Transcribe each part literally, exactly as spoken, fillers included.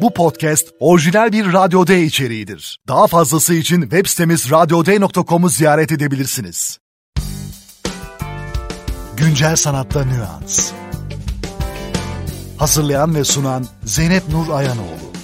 Bu podcast orijinal bir Radyo D içeriğidir. Daha fazlası için web sitemiz radyo d nokta com'u ziyaret edebilirsiniz. Güncel sanatta nüans. Hazırlayan ve sunan Zeynep Nur Ayanoğlu.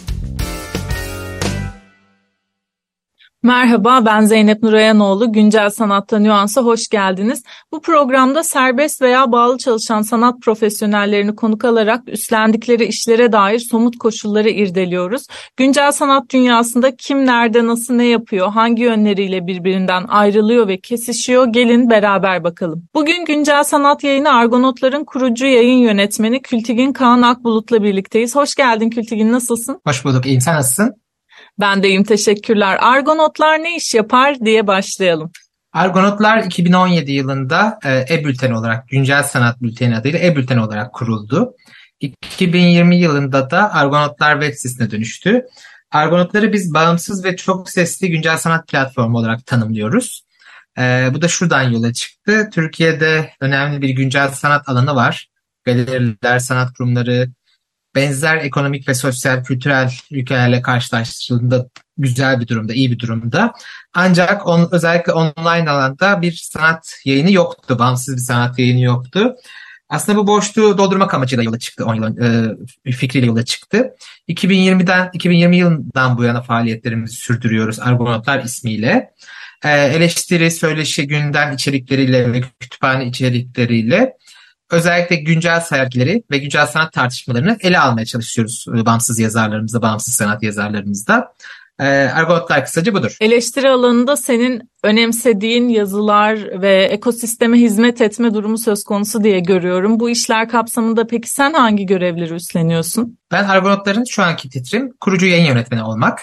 Merhaba, ben Zeynep Nur Ayanoğlu. Güncel Sanatta Nüans'a hoş geldiniz. Bu programda serbest veya bağlı çalışan sanat profesyonellerini konuk alarak üstlendikleri işlere dair somut koşulları irdeliyoruz. Güncel sanat dünyasında kim nerede nasıl ne yapıyor, hangi yönleriyle birbirinden ayrılıyor ve kesişiyor, gelin beraber bakalım. Bugün Güncel Sanat Yayını Argonotların kurucu yayın yönetmeni Kültigin Kaan Akbulut'la birlikteyiz. Hoş geldin Kültigin, nasılsın? Hoş bulduk, iyiyim. Sen nasılsın? Ben de iyiyim, teşekkürler. Argonotlar ne iş yapar diye başlayalım. Argonotlar iki bin on yedi yılında e-bülten olarak, Güncel Sanat Bülteni adıyla e-bülten olarak kuruldu. iki bin yirmi yılında da Argonotlar web sitesine dönüştü. Argonotları biz bağımsız ve çok sesli güncel sanat platformu olarak tanımlıyoruz. E, bu da şuradan yola çıktı. Türkiye'de önemli bir güncel sanat alanı var. Galeriler, sanat kurumları, benzer ekonomik ve sosyal kültürel ülkelerle karşılaştığında güzel bir durumda, iyi bir durumda. Ancak on, özellikle online alanda bir sanat yayını yoktu, bağımsız bir sanat yayını yoktu. Aslında bu boşluğu doldurmak amacıyla yola çıktı, on yıl, e, fikriyle yola çıktı. iki bin yirmiden iki bin yirmi yılından bu yana faaliyetlerimizi sürdürüyoruz Argonotlar ismiyle. E, eleştiri, söyleşi, gündem içerikleriyle ve kütüphane içerikleriyle özellikle güncel sergileri ve güncel sanat tartışmalarını ele almaya çalışıyoruz bağımsız yazarlarımızda, bağımsız sanat yazarlarımızda. Ee, Argonotlar kısaca budur. Eleştiri alanında senin önemsediğin yazılar ve ekosisteme hizmet etme durumu söz konusu diye görüyorum. Bu işler kapsamında peki sen hangi görevleri üstleniyorsun? Ben Argonotların şu anki titrim kurucu yayın yönetmeni olmak.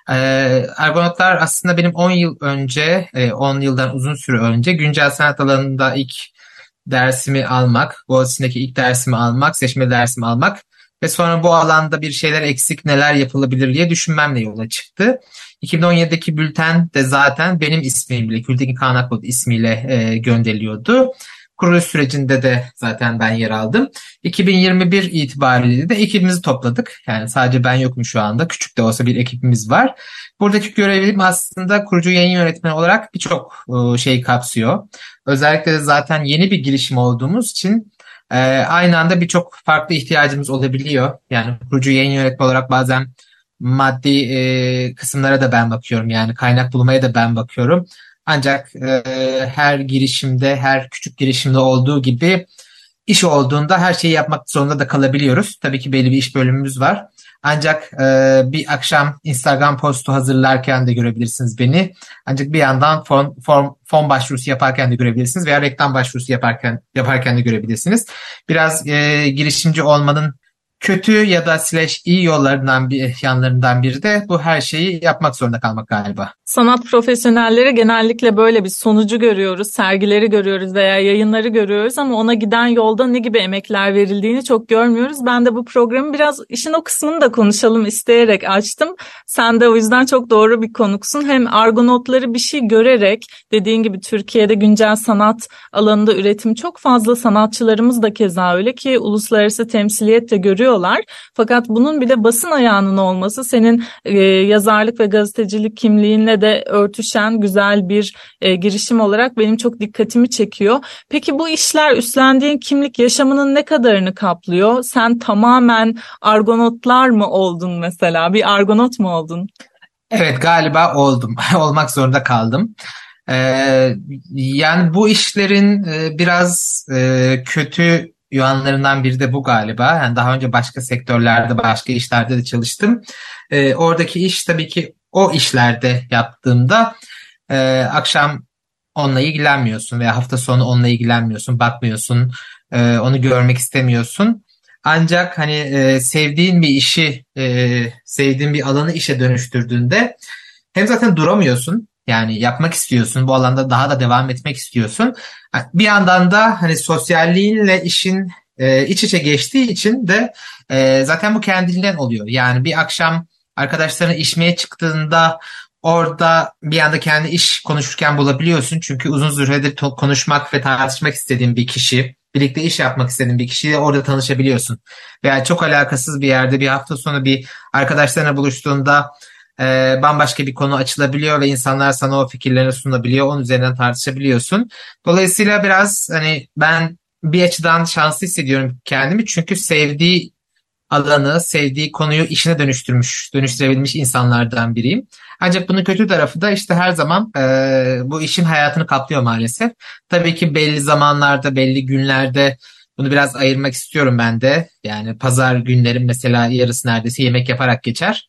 Ee, Argonotlar aslında benim on yıl önce, on yıldan uzun süre önce güncel sanat alanında ilk dersimi almak, Boğaziçi'ndeki ilk dersimi almak, seçmeli dersimi almak ve sonra bu alanda bir şeyler eksik, neler yapılabilir diye düşünmemle yola çıktı. iki bin on yedideki bülten de zaten benim ismimle, Kültigin Kaan Akbulut ismiyle e, gönderiliyordu. Kuruluş sürecinde de zaten ben yer aldım. iki bin yirmi bir itibariyle de ekibimizi topladık. Yani sadece ben yokum şu anda. Küçük de olsa bir ekibimiz var. Buradaki görevim aslında kurucu yayın yönetmeni olarak birçok şey kapsıyor. Özellikle de zaten yeni bir girişim olduğumuz için e, aynı anda birçok farklı ihtiyacımız olabiliyor. Yani kurucu yayın yönetmeni olarak bazen maddi e, kısımlara da ben bakıyorum. Yani kaynak bulmaya da ben bakıyorum. Ancak e, her girişimde, her küçük girişimde olduğu gibi iş olduğunda her şeyi yapmak zorunda da kalabiliyoruz. Tabii ki belli bir iş bölümümüz var. Ancak e, bir akşam Instagram postu hazırlarken de görebilirsiniz beni. Ancak bir yandan fon, form, fon başvurusu yaparken de görebilirsiniz veya reklam başvurusu yaparken yaparken de görebilirsiniz. Biraz e, girişimci olmanın kötü ya da slash iyi yollarından bir yanlarından biri de bu her şeyi yapmak zorunda kalmak galiba. Sanat profesyonelleri genellikle böyle bir sonucu görüyoruz, sergileri görüyoruz veya yayınları görüyoruz ama ona giden yolda ne gibi emekler verildiğini çok görmüyoruz. Ben de bu programı biraz işin o kısmını da konuşalım isteyerek açtım. Sen de o yüzden çok doğru bir konuksun. Hem Argonotları bir şey görerek, dediğin gibi Türkiye'de güncel sanat alanında üretim çok fazla, sanatçılarımız da keza öyle ki uluslararası temsiliyet de görüyorlar. Fakat bunun bir de basın ayağının olması senin e, yazarlık ve gazetecilik kimliğinle de örtüşen güzel bir e, girişim olarak benim çok dikkatimi çekiyor. Peki bu işler, üstlendiğin kimlik yaşamının ne kadarını kaplıyor? Sen tamamen Argonotlar mı oldun mesela? Bir Argonot mu oldun? Evet, galiba oldum. Olmak zorunda kaldım. Ee, yani bu işlerin e, biraz e, kötü yanlarından biri de bu galiba. Yani daha önce başka sektörlerde, başka işlerde de çalıştım. Ee, oradaki iş tabii ki o işlerde yaptığımda e, akşam onunla ilgilenmiyorsun veya hafta sonu onunla ilgilenmiyorsun, bakmıyorsun, e, onu görmek istemiyorsun. Ancak hani e, sevdiğin bir işi, e, sevdiğin bir alanı işe dönüştürdüğünde hem zaten duramıyorsun. Yani yapmak istiyorsun, bu alanda daha da devam etmek istiyorsun. Bir yandan da hani sosyalliğinle işin e, iç içe geçtiği için de e, zaten bu kendiliğinden oluyor. Yani bir akşam arkadaşlarına içmeye çıktığında orada bir anda kendi iş konuşurken bulabiliyorsun. Çünkü uzun süredir to- konuşmak ve tartışmak istediğin bir kişi birlikte iş yapmak istediğin bir kişiyle orada tanışabiliyorsun. Veya çok alakasız bir yerde bir hafta sonu bir arkadaşlarına buluştuğunda e, bambaşka bir konu açılabiliyor ve insanlar sana o fikirlerini sunabiliyor. Onun üzerinden tartışabiliyorsun. Dolayısıyla biraz hani ben bir açıdan şanslı hissediyorum kendimi. Çünkü sevdiği alanı, sevdiği konuyu işine dönüştürmüş, dönüştürebilmiş insanlardan biriyim. Ancak bunun kötü tarafı da işte her zaman e, bu işin hayatını kaplıyor maalesef. Tabii ki belli zamanlarda, belli günlerde bunu biraz ayırmak istiyorum ben de. Yani pazar günlerim mesela yarısı neredeyse yemek yaparak geçer.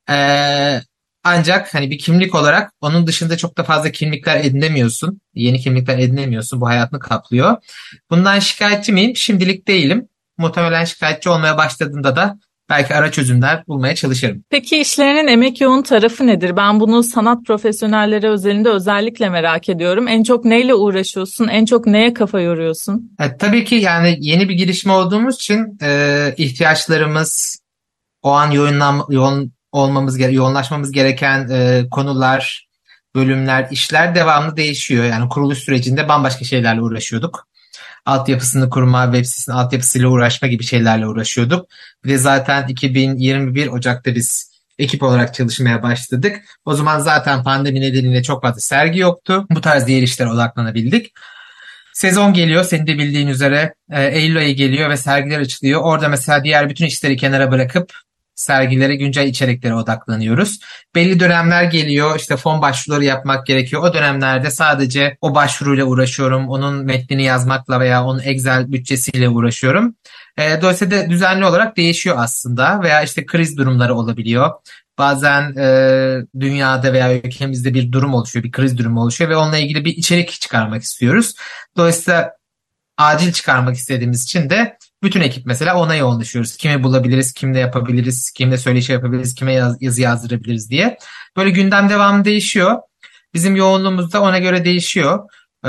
E, Ancak hani bir kimlik olarak onun dışında çok da fazla kimlikler edinemiyorsun. Yeni kimlikler edinemiyorsun. Bu hayatını kaplıyor. Bundan şikayetçi miyim? Şimdilik değilim. Muhtemelen şikayetçi olmaya başladığında da belki ara çözümler bulmaya çalışırım. Peki işlerinin emek yoğun tarafı nedir? Ben bunu sanat profesyonelleri özelinde özellikle merak ediyorum. En çok neyle uğraşıyorsun? En çok neye kafa yoruyorsun? E, tabii ki yani yeni bir girişim olduğumuz için e, ihtiyaçlarımız, o an yoğunlan, yoğun olmamız, yoğunlaşmamız gereken e, konular, bölümler, işler devamlı değişiyor. Yani kuruluş sürecinde bambaşka şeylerle uğraşıyorduk. Altyapısını kurma, web sitesinin altyapısıyla uğraşma gibi şeylerle uğraşıyorduk. Bir de zaten iki bin yirmi bir Ocak'ta biz ekip olarak çalışmaya başladık. O zaman zaten pandemi nedeniyle çok fazla sergi yoktu. Bu tarz diğer işlere odaklanabildik. Sezon geliyor, senin de bildiğin üzere e, Eylül ayı geliyor ve sergiler açılıyor. Orada mesela diğer bütün işleri kenara bırakıp sergilere, güncel içeriklere odaklanıyoruz. Belli dönemler geliyor, işte fon başvuruları yapmak gerekiyor. O dönemlerde sadece o başvuruyla uğraşıyorum. Onun metnini yazmakla veya onun Excel bütçesiyle uğraşıyorum. E, dolayısıyla düzenli olarak değişiyor aslında veya işte kriz durumları olabiliyor. Bazen e, dünyada veya ülkemizde bir durum oluşuyor, bir kriz durumu oluşuyor ve onunla ilgili bir içerik çıkarmak istiyoruz. Dolayısıyla acil çıkarmak istediğimiz için de bütün ekip mesela ona yoğunlaşıyoruz. Kimi bulabiliriz, kimle yapabiliriz, kimle söyleşi yapabiliriz, kime yaz, yazı yazdırabiliriz diye. Böyle gündem devamlı değişiyor. Bizim yoğunluğumuz da ona göre değişiyor.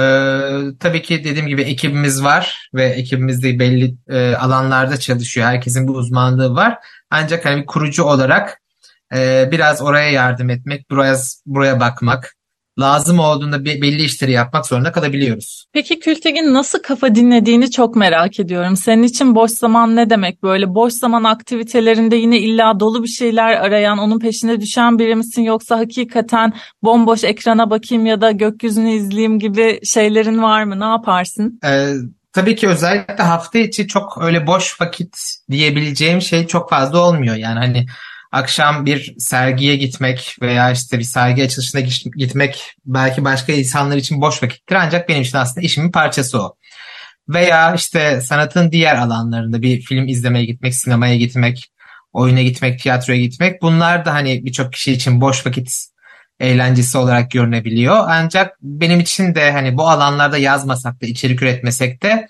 Ee, tabii ki dediğim gibi ekibimiz var ve ekibimiz de belli e, alanlarda çalışıyor. Herkesin bir uzmanlığı var. Ancak hani bir kurucu olarak e, biraz oraya yardım etmek, buraya, buraya bakmak, lazım olduğunda be- belli işleri yapmak zorunda kalabiliyoruz. Peki Kültigin nasıl kafa dinlediğini çok merak ediyorum. Senin için boş zaman ne demek? Böyle boş zaman aktivitelerinde yine illa dolu bir şeyler arayan, onun peşine düşen biri misin? Yoksa hakikaten bomboş ekrana bakayım ya da gökyüzünü izleyeyim gibi şeylerin var mı? Ne yaparsın? Ee, tabii ki özellikle hafta içi çok öyle boş vakit diyebileceğim şey çok fazla olmuyor. Yani hani akşam bir sergiye gitmek veya işte bir sergi açılışına gitmek belki başka insanlar için boş vakittir. Ancak benim için aslında işimin parçası o. Veya işte sanatın diğer alanlarında bir film izlemeye gitmek, sinemaya gitmek, oyuna gitmek, tiyatroya gitmek. Bunlar da hani birçok kişi için boş vakit eğlencesi olarak görünebiliyor. Ancak benim için de hani bu alanlarda yazmasak da, içerik üretmesek de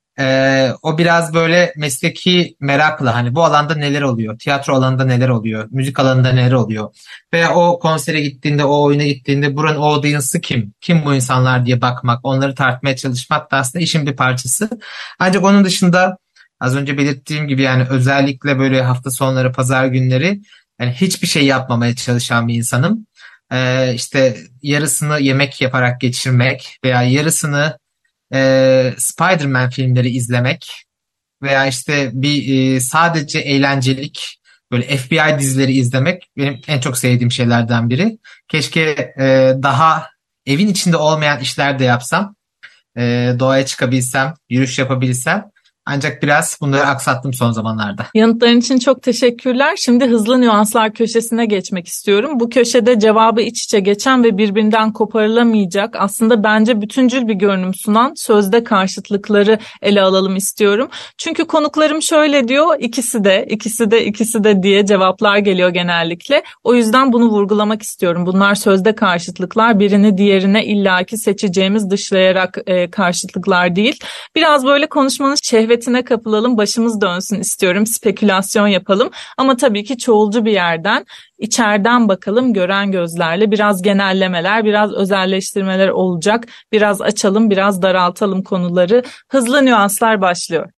e, o biraz böyle mesleki merakla hani bu alanda neler oluyor, tiyatro alanında neler oluyor, müzik alanında neler oluyor veya o konsere gittiğinde, o oyuna gittiğinde buranın audience'ı kim, kim bu insanlar diye bakmak, onları tartmaya çalışmak da aslında işin bir parçası. Ancak onun dışında az önce belirttiğim gibi yani özellikle böyle hafta sonları, pazar günleri yani hiçbir şey yapmamaya çalışan bir insanım. Ee, işte yarısını yemek yaparak geçirmek veya yarısını e, Spider-Man filmleri izlemek veya işte bir e, sadece eğlencelik böyle F B I dizileri izlemek benim en çok sevdiğim şeylerden biri. Keşke e, daha evin içinde olmayan işler de yapsam, e, doğaya çıkabilsem, yürüyüş yapabilsem. Ancak biraz bunları aksattım son zamanlarda. Yanıtların için çok teşekkürler. Şimdi hızlı nüanslar köşesine geçmek istiyorum. Bu köşede cevabı iç içe geçen ve birbirinden koparılamayacak, aslında bence bütüncül bir görünüm sunan sözde karşıtlıkları ele alalım istiyorum. Çünkü konuklarım şöyle diyor, ikisi de, ikisi de, ikisi de diye cevaplar geliyor genellikle. O yüzden bunu vurgulamak istiyorum. Bunlar sözde karşıtlıklar, birini diğerine illaki seçeceğimiz, dışlayarak e, karşıtlıklar değil. Biraz böyle konuşmanın şehvetine kapılalım, başımız dönsün istiyorum, spekülasyon yapalım. Ama tabii ki çoğulcu bir yerden, içeriden bakalım, gören gözlerle, biraz genellemeler, biraz özelleştirmeler olacak. Biraz açalım, biraz daraltalım konuları. Hızlı nüanslar başlıyor.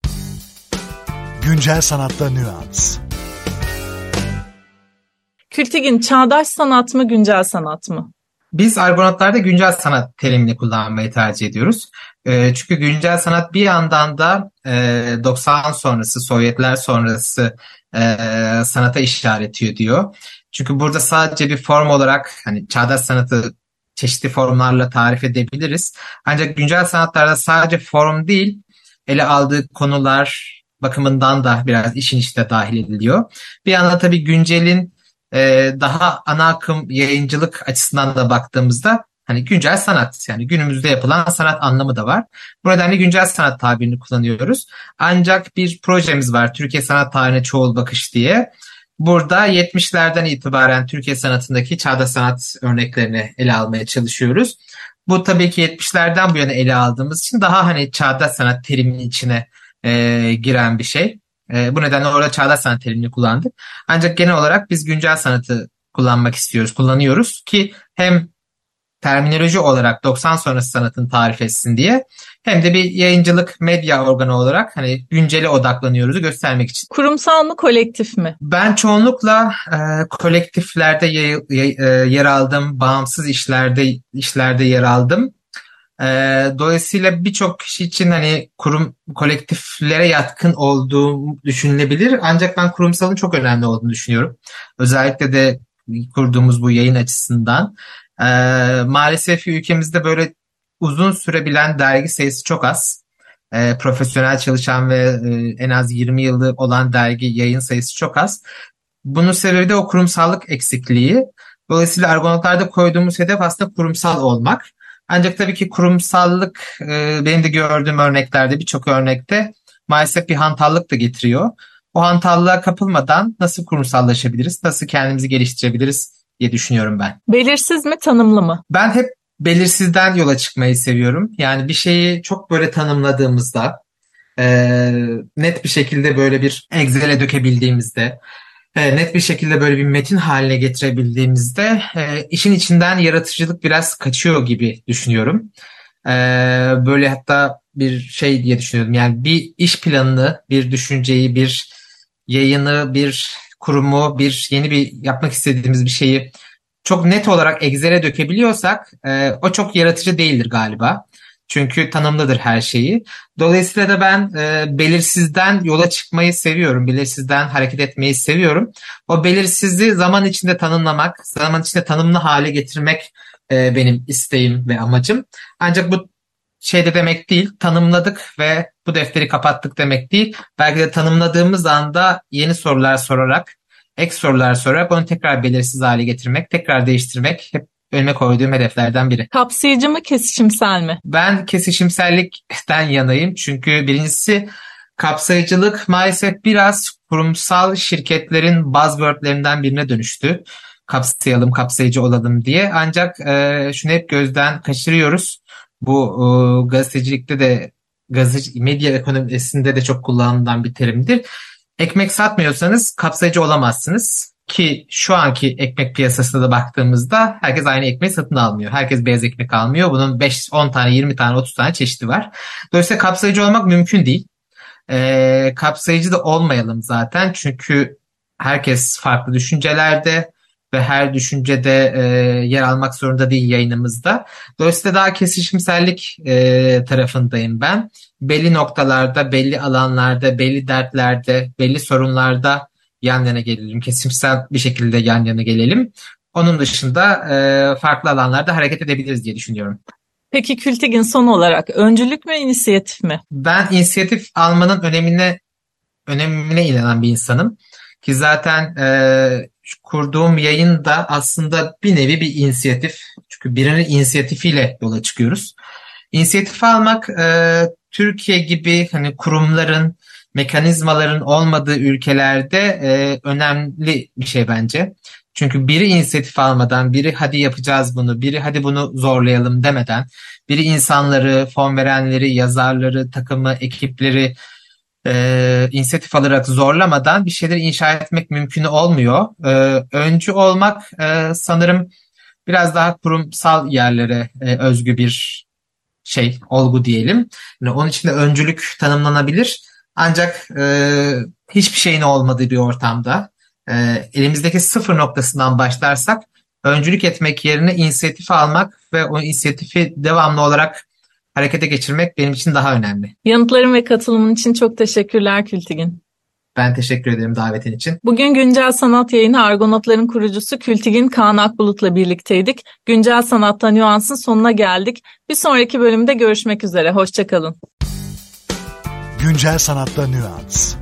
Güncel sanatta nüans. Kültigin, çağdaş sanat mı, güncel sanat mı? Biz Argonautlar'da güncel sanat terimini kullanmayı tercih ediyoruz. E, çünkü güncel sanat bir yandan da e, doksan sonrası, Sovyetler sonrası e, sanata işaret ediyor. Çünkü burada sadece bir form olarak hani çağdaş sanatı çeşitli formlarla tarif edebiliriz. Ancak güncel sanatlarda sadece form değil, ele aldığı konular bakımından da biraz işin içine dahil ediliyor. Bir yandan tabii güncelin e, daha ana akım yayıncılık açısından da baktığımızda hani güncel sanat, yani günümüzde yapılan sanat anlamı da var. Bu nedenle güncel sanat tabirini kullanıyoruz. Ancak bir projemiz var, Türkiye Sanat Tarihine Çoğul Bakış diye. Burada yetmişlerden itibaren Türkiye sanatındaki çağdaş sanat örneklerini ele almaya çalışıyoruz. Bu tabii ki yetmişlerden bu yana ele aldığımız için daha hani çağdaş sanat teriminin içine e, giren bir şey. E, bu nedenle orada çağdaş sanat terimini kullandık. Ancak genel olarak biz güncel sanatı kullanmak istiyoruz, kullanıyoruz ki hem terminoloji olarak doksan sonrası sanatın tarif etsin diye hem de bir yayıncılık medya organı olarak hani güncele odaklanıyoruzu göstermek için. Kurumsal mı, kolektif mi? Ben çoğunlukla e, kolektiflerde yay- yay- e, yer aldım, bağımsız işlerde işlerde yer aldım. E, dolayısıyla birçok kişi için hani kurum kolektiflere yatkın olduğu düşünülebilir. Ancak ben kurumsalın çok önemli olduğunu düşünüyorum. Özellikle de kurduğumuz bu yayın açısından. E, maalesef ülkemizde böyle uzun sürebilen dergi sayısı çok az. E, profesyonel çalışan ve e, en az yirmi yılı olan dergi yayın sayısı çok az. Bunun sebebi de o kurumsallık eksikliği. Dolayısıyla Argonautlar'da koyduğumuz hedef aslında kurumsal olmak. Ancak tabii ki kurumsallık e, benim de gördüğüm örneklerde, birçok örnekte maalesef bir hantallık da getiriyor. O hantallığa kapılmadan nasıl kurumsallaşabiliriz, nasıl kendimizi geliştirebiliriz diye düşünüyorum ben. Belirsiz mi, tanımlı mı? Ben hep belirsizden yola çıkmayı seviyorum. Yani bir şeyi çok böyle tanımladığımızda, e, net bir şekilde böyle bir Excel'e dökebildiğimizde, e, net bir şekilde böyle bir metin haline getirebildiğimizde e, işin içinden yaratıcılık biraz kaçıyor gibi düşünüyorum. E, böyle hatta bir şey diye düşünüyorum. Yani bir iş planını, bir düşünceyi, bir yayını, bir kurumu, bir yeni bir yapmak istediğimiz bir şeyi çok net olarak Excel'e dökebiliyorsak e, o çok yaratıcı değildir galiba. Çünkü tanımlıdır her şeyi. Dolayısıyla da ben e, belirsizden yola çıkmayı seviyorum. Belirsizden hareket etmeyi seviyorum. O belirsizliği zaman içinde tanımlamak, zaman içinde tanımlı hale getirmek e, benim isteğim ve amacım. Ancak bu şey de demek değil, tanımladık ve bu defteri kapattık demek değil. Belki de tanımladığımız anda yeni sorular sorarak, ek sorular sorarak onu tekrar belirsiz hale getirmek, tekrar değiştirmek hep önüme koyduğum hedeflerden biri. Kapsayıcı mı, kesişimsel mi? Ben kesişimsellikten yanayım. Çünkü birincisi kapsayıcılık maalesef biraz kurumsal şirketlerin buzzwordlerinden birine dönüştü. Kapsayalım, kapsayıcı olalım diye. Ancak e, şunu hep gözden kaçırıyoruz. Bu e, gazetecilikte de, gazeteci, medya ekonomisinde de çok kullanılan bir terimdir. Ekmek satmıyorsanız kapsayıcı olamazsınız. Ki şu anki ekmek piyasasına da baktığımızda herkes aynı ekmeği satın almıyor. Herkes beyaz ekmek almıyor. Bunun beş, on tane, yirmi tane, otuz tane çeşidi var. Dolayısıyla kapsayıcı olmak mümkün değil. Ee, kapsayıcı da olmayalım zaten. Çünkü herkes farklı düşüncelerde ve her düşüncede e, yer almak zorunda değil yayınımızda. Dolayısıyla daha kesişimsellik e, tarafındayım ben. Belli noktalarda, belli alanlarda, belli dertlerde, belli sorunlarda yan yana gelelim. Kesişimsel bir şekilde yan yana gelelim. Onun dışında e, farklı alanlarda hareket edebiliriz diye düşünüyorum. Peki Kültigin, son olarak öncülük mü, inisiyatif mi? Ben inisiyatif almanın önemine önemine inanan bir insanım. Ki zaten e, kurduğum yayın da aslında bir nevi bir inisiyatif. Çünkü birinin inisiyatifiyle yola çıkıyoruz. İnisiyatif almak e, Türkiye gibi hani kurumların, mekanizmaların olmadığı ülkelerde e, önemli bir şey bence. Çünkü biri inisiyatif almadan, biri hadi yapacağız bunu, biri hadi bunu zorlayalım demeden, biri insanları, fon verenleri, yazarları, takımı, ekipleri e, inisiyatif alarak zorlamadan bir şeyler inşa etmek mümkün olmuyor. E, öncü olmak e, sanırım biraz daha kurumsal yerlere e, özgü bir şey, olgu diyelim. Yani onun için de öncülük tanımlanabilir. Ancak e, hiçbir şeyin olmadığı bir ortamda e, elimizdeki sıfır noktasından başlarsak öncülük etmek yerine inisiyatif almak ve o inisiyatifi devamlı olarak harekete geçirmek benim için daha önemli. Yanıtların ve katılımın için çok teşekkürler Kültigin. Ben teşekkür ederim davetin için. Bugün Güncel Sanat Yayını Argonotların kurucusu Kültigin Kaan Akbulut'la birlikteydik. Güncel Sanat'ta Nüans'ın sonuna geldik. Bir sonraki bölümde görüşmek üzere. Hoşça kalın. Güncel Sanat'ta Nüans.